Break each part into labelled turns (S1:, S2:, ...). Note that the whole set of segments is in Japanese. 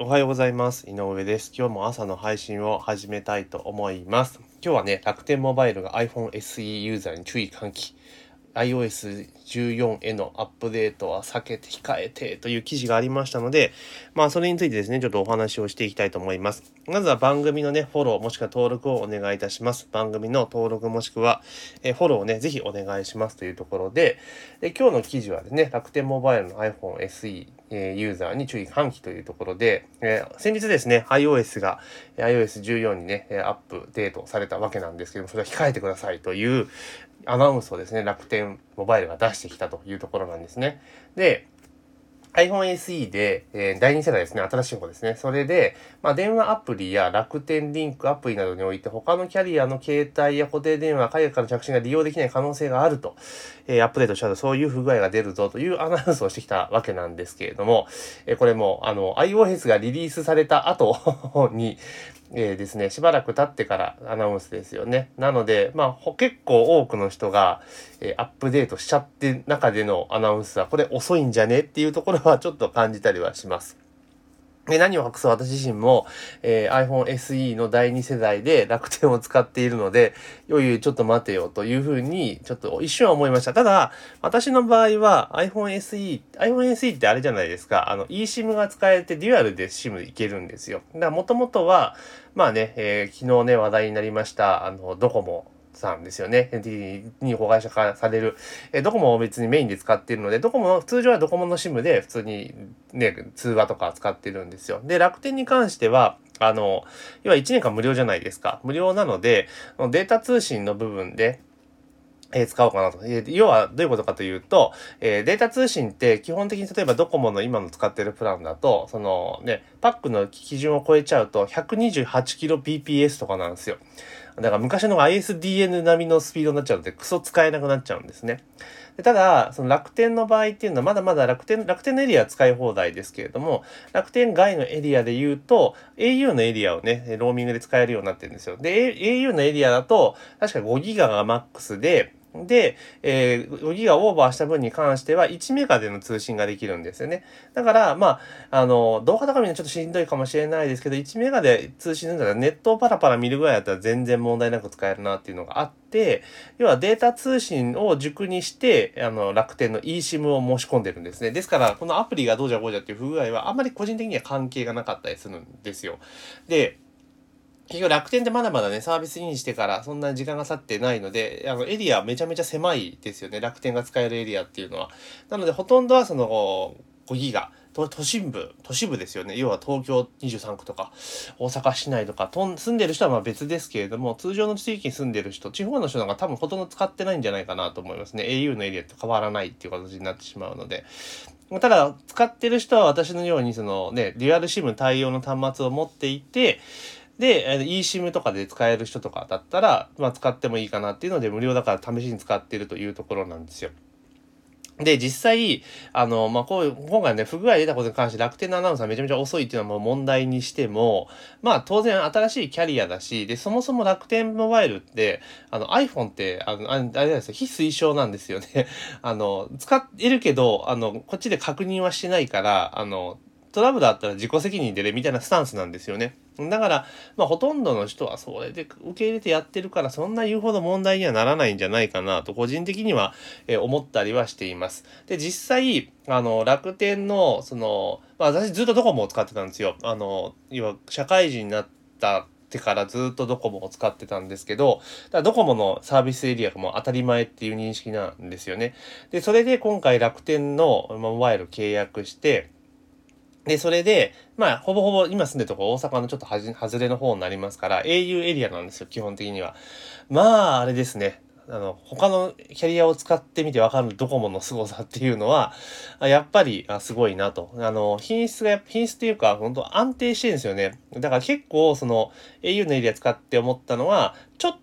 S1: おはようございます。井上です。今日も朝の配信を始めたいと思います。今日はね、楽天モバイルが iPhone SE ユーザーに注意喚起。iOS14 へのアップデートは避けて控えてという記事がありましたので、それについてですね、ちょっとお話をしていきたいと思います。まずは番組のね、フォローもしくは登録をお願いいたします。番組の登録もしくは、フォローをね、ぜひお願いしますというところで、今日の記事はですね、楽天モバイルの iPhone SE ユーザーに注意喚起というところで、先日ですね、iOS が iOS14 にね、アップデートされたわけなんですけども、それは控えてくださいというアナウンスをですね、楽天モバイルが出してきたというところなんですね。で、iPhone SE で、第2世代ですね、新しい方ですね。それで、電話アプリや楽天リンクアプリなどにおいて、他のキャリアの携帯や固定電話、海外からの着信が利用できない可能性があると、アップデートしたと、そういう不具合が出るぞというアナウンスをしてきたわけなんですけれども、これも、iOS がリリースされた後に、ですね、しばらく経ってからアナウンスですよね。なので、結構多くの人が、アップデートしちゃって中でのアナウンスは、これ遅いんじゃねっていうところはちょっと感じたりはします。何を隠そう私自身も、iPhone SE の第2世代で楽天を使っているので、ちょっと待てよというふうに、ちょっと一瞬は思いました。ただ、私の場合は iPhone SE ってあれじゃないですか。eSIM が使えてデュアルで SIM いけるんですよ。だからもともとは、昨日ね、話題になりました、ドコモさんですよね。NTT に子会社化される。ドコモを別にメインで使っているので、通常はドコモの SIM で普通にね、通話とか使ってるんですよ。で、楽天に関しては、要は1年間無料じゃないですか。無料なので、データ通信の部分で、使おうかなと。要はどういうことかというと、データ通信って基本的に例えばドコモの今の使ってるプランだと、そのね、パックの基準を超えちゃうと 128kbps とかなんですよ。だから昔の ISDN 並みのスピードになっちゃうのでクソ使えなくなっちゃうんですね。でただ、その楽天の場合っていうのはまだまだ楽天のエリアは使い放題ですけれども、楽天外のエリアで言うと au のエリアをね、ローミングで使えるようになってるんですよ。で、au のエリアだと確か5ギガがマックスで、5ギガオーバーした分に関しては1メガでの通信ができるんですよね。だから、動画とか見るのちょっとしんどいかもしれないですけど、1メガで通信するんだったらネットをパラパラ見るぐらいだったら全然問題なく使えるなっていうのがあって、要はデータ通信を軸にして、楽天の eSIM を申し込んでるんですね。ですから、このアプリがどうじゃこうじゃっていう不具合はあんまり個人的には関係がなかったりするんですよ。で、結局楽天ってまだまだね、サービスインしてからそんな時間が経ってないので、エリアめちゃめちゃ狭いですよね。楽天が使えるエリアっていうのは。なので、ほとんどはその5ギガ、都市部ですよね。要は東京23区とか、大阪市内とか、住んでる人は別ですけれども、通常の地域に住んでる人、地方の人なんか多分ほとんど使ってないんじゃないかなと思いますね。au のエリアと変わらないっていう形になってしまうので。ただ、使ってる人は私のようにそのね、デュアル SIM 対応の端末を持っていて、で、eSIM とかで使える人とかだったら、使ってもいいかなっていうので、無料だから試しに使っているというところなんですよ。で、実際、今回ね、不具合出たことに関して楽天のアナウンスはめちゃめちゃ遅いっていうのはもう問題にしても、当然新しいキャリアだし、で、そもそも楽天モバイルって、iPhone って、あれですよ、非推奨なんですよね。使えるけど、こっちで確認はしてないから、トラブルあったら自己責任でね、みたいなスタンスなんですよね。だから、ほとんどの人はそれで受け入れてやってるから、そんな言うほど問題にはならないんじゃないかなと、個人的には、思ったりはしています。で、実際、楽天の、私ずっとドコモを使ってたんですよ。要は、社会人になったってからずっとドコモを使ってたんですけど、ドコモのサービスエリアがもう当たり前っていう認識なんですよね。で、それで今回楽天のモバイル契約して、で、それで、ほぼほぼ今住んでるとこ大阪のちょっと外れの方になりますから、au エリアなんですよ、基本的には。あれですね。他のキャリアを使ってみてわかるドコモの凄さっていうのは、やっぱりすごいなと。品質っていうか、本当安定してるんですよね。だから結構、au のエリア使って思ったのは、ちょっと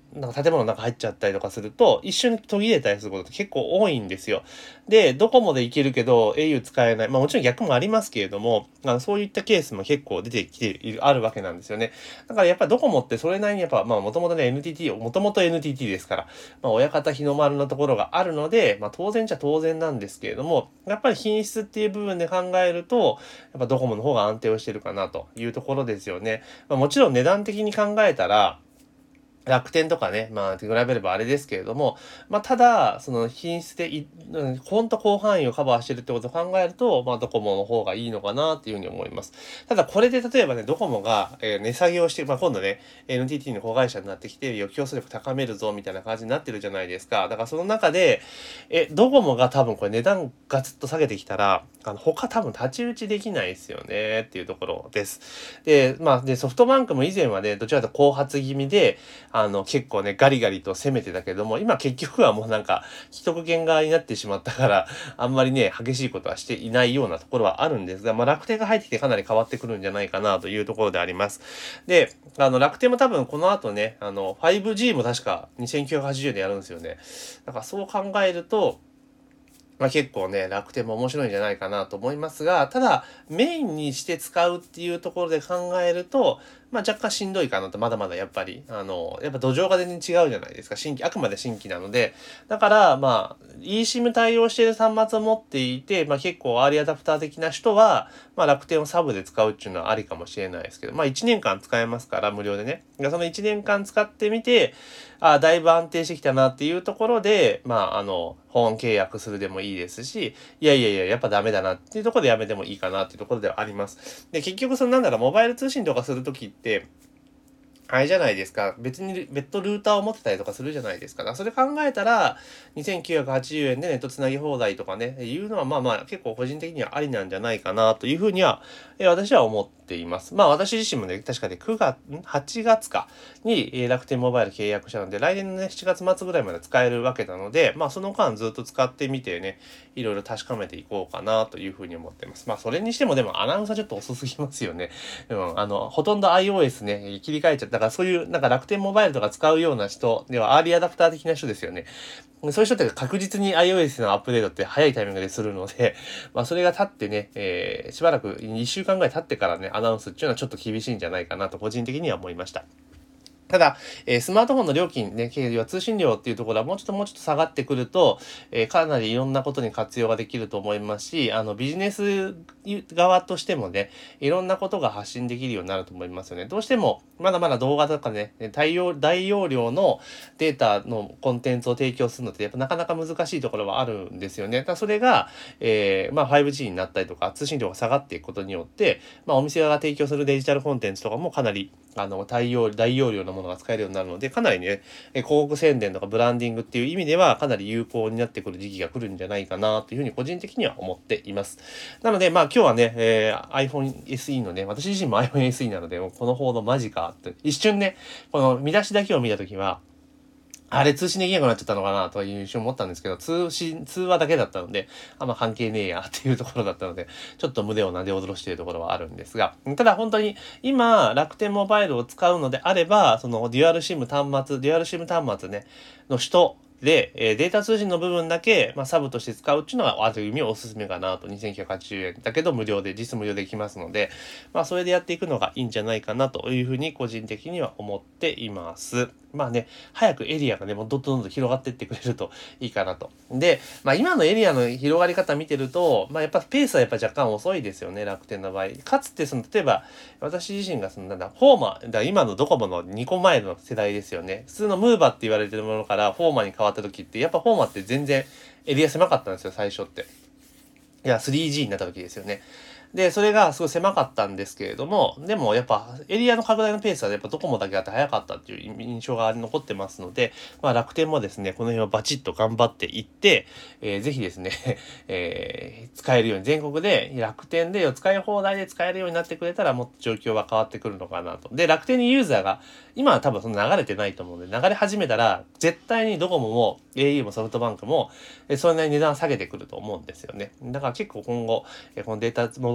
S1: なんか建物の中入っちゃったりとかすると、一瞬途切れたりすることって結構多いんですよ。で、ドコモで行けるけど au 使えない。まあもちろん逆もありますけれども、そういったケースも結構出てきている、あるわけなんですよね。だからやっぱりドコモってそれなりにやっぱ、まあもともとね NTT、もともと NTT ですから、まあ親方日の丸のところがあるので、まあ当然っちゃ当然なんですけれども、やっぱり品質っていう部分で考えると、やっぱドコモの方が安定をしてるかなというところですよね。まあもちろん値段的に考えたら、楽天とかね、まあ、比べればあれですけれども、まあ、ただ、その品質でほんと広範囲をカバーしてるってことを考えると、まあ、ドコモの方がいいのかなっていうふうに思います。ただ、これで例えばね、ドコモが、値下げをして、まあ、今度ね、NTT の子会社になってきて、競争力高めるぞ、みたいな感じになってるじゃないですか。だからその中で、ドコモが多分これ値段ガツッと下げてきたら、他多分太刀打ちできないですよね、っていうところです。で、まあ、で、ソフトバンクも以前はね、どちらかというと後発気味で、結構ね、ガリガリと攻めてたけども、今結局はもうなんか、既得権側になってしまったから、あんまりね、激しいことはしていないようなところはあるんですが、まあ楽天が入ってきてかなり変わってくるんじゃないかなというところであります。で、楽天も多分この後ね、5G も確か2980円でやるんですよね。だからそう考えると、まあ、結構ね、楽天も面白いんじゃないかなと思いますが、ただ、メインにして使うっていうところで考えると、まあ、若干しんどいかなと、まだまだやっぱり、やっぱ土壌が全然違うじゃないですか。あくまで新規なので。だから、まあ、eSIM 対応している端末を持っていて、まあ結構アーリーアダプター的な人は、まあ楽天をサブで使うっていうのはありかもしれないですけど、まあ1年間使えますから、無料でね。その1年間使ってみて、だいぶ安定してきたなっていうところで、まあ本契約するでもいいですし、いやいやいや、やっぱダメだなっていうところでやめてもいいかなっていうところではあります。で、結局なんだろう、モバイル通信とかするときって、あれじゃないですか。別に別途ルーターを持ってたりとかするじゃないですか。それ考えたら、2980円でネットつなぎ放題とかね、いうのはまあまあ結構個人的にはありなんじゃないかなというふうには、私は思っています。まあ私自身もね、確かね、8月かに、楽天モバイル契約したので、来年のね、7月末ぐらいまで使えるわけなので、まあその間ずっと使ってみてね、いろいろ確かめていこうかなというふうに思ってます。まあそれにしてもでもアナウンサーちょっと遅すぎますよね。ほとんど iOS ね、切り替えちゃった。だからそういう、なんか楽天モバイルとか使うような人では、アーリーアダプター的な人ですよね。そういう人って確実に iOS のアップデートって早いタイミングでするので、まあそれが経ってね、しばらく2週間ぐらい経ってからね、アナウンスっていうのはちょっと厳しいんじゃないかなと個人的には思いました。ただ、スマートフォンの料金ね、経は通信料っていうところはもうちょっと下がってくると、かなりいろんなことに活用ができると思いますし、ビジネス側としてもね、いろんなことが発信できるようになると思いますよね。どうしても、まだまだ動画とかね、大容量のデータのコンテンツを提供するのって、やっぱなかなか難しいところはあるんですよね。それが、まあ 5G になったりとか、通信量が下がっていくことによって、まあお店側が提供するデジタルコンテンツとかもかなり大容量のものが使えるようになるので、かなりね、広告宣伝とかブランディングっていう意味では、かなり有効になってくる時期が来るんじゃないかなというふうに個人的には思っています。なので、まあ今日はね、iPhone SE のね、私自身も iPhone SE なので、この報道マジかって、一瞬ね、この見出しだけを見たときは、あれ通信できなくなっちゃったのかなという印象を持ったんですけど、通話だけだったので、あんま関係ねえやっていうところだったので、ちょっと胸をなで驚しているところはあるんですが、ただ本当に今、楽天モバイルを使うのであれば、そのデュアルシム端末ね、の人で、データ通信の部分だけ、まあ、サブとして使うっていうのが、ある意味おすすめかなと。2980円だけど実無料できますので、まあ、それでやっていくのがいいんじゃないかなというふうに個人的には思っています。まあね、早くエリアがね、もうどんどん広がっていってくれるといいかなと。で、まあ今のエリアの広がり方見てると、まあやっぱペースはやっぱ若干遅いですよね、楽天の場合。かつて例えば、私自身がフォーマ今のドコモの2個前の世代ですよね。普通のムーバって言われてるものからフォーマに変わった時って、やっぱフォーマって全然エリア狭かったんですよ、最初って。いや、3G になった時ですよね。で、それがすごい狭かったんですけれども、でもやっぱエリアの拡大のペースはやっぱドコモだけあって早かったっていう印象が残ってますので、まあ楽天もですね、この辺はバチッと頑張っていって、ぜひですね、使えるように、全国で楽天で使い放題で使えるようになってくれたらもっと状況は変わってくるのかなと。で、楽天にユーザーが、今は多分その流れてないと思うので、流れ始めたら、絶対にドコモも au もソフトバンクも、それなりに値段下げてくると思うんですよね。だから結構今後、このデータモバイル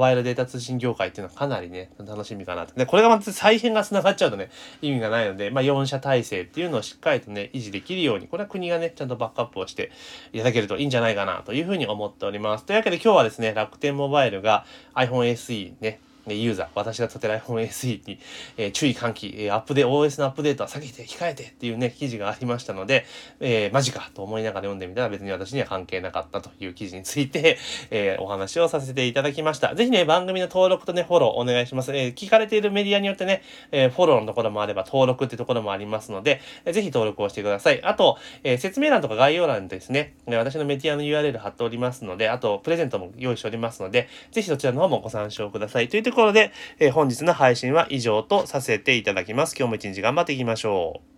S1: バイルデータ通信業界っていうのはかなりね、楽しみかなと。で、これがまた再編が繋がっちゃうとね、意味がないので、4社体制っていうのをしっかりとね、維持できるように、これは国がね、ちゃんとバックアップをしていただけるといいんじゃないかなというふうに思っております。というわけで今日はですね、楽天モバイルが iPhone SE ね、ユーザー、私が使ってる iPhone SE に、注意喚起、OS のアップデートは避けて、控えてっていうね、記事がありましたので、マジかと思いながら読んでみたら別に私には関係なかったという記事について、お話をさせていただきました。ぜひね、番組の登録とね、フォローお願いします。聞かれているメディアによってね、フォローのところもあれば登録ってところもありますので、ぜひ登録をしてください。あと、説明欄とか概要欄にですね、私のメディアの URL 貼っておりますので、あと、プレゼントも用意しておりますので、ぜひそちらの方もご参照ください。というところで、本日の配信は以上とさせていただきます。今日も一日頑張っていきましょう。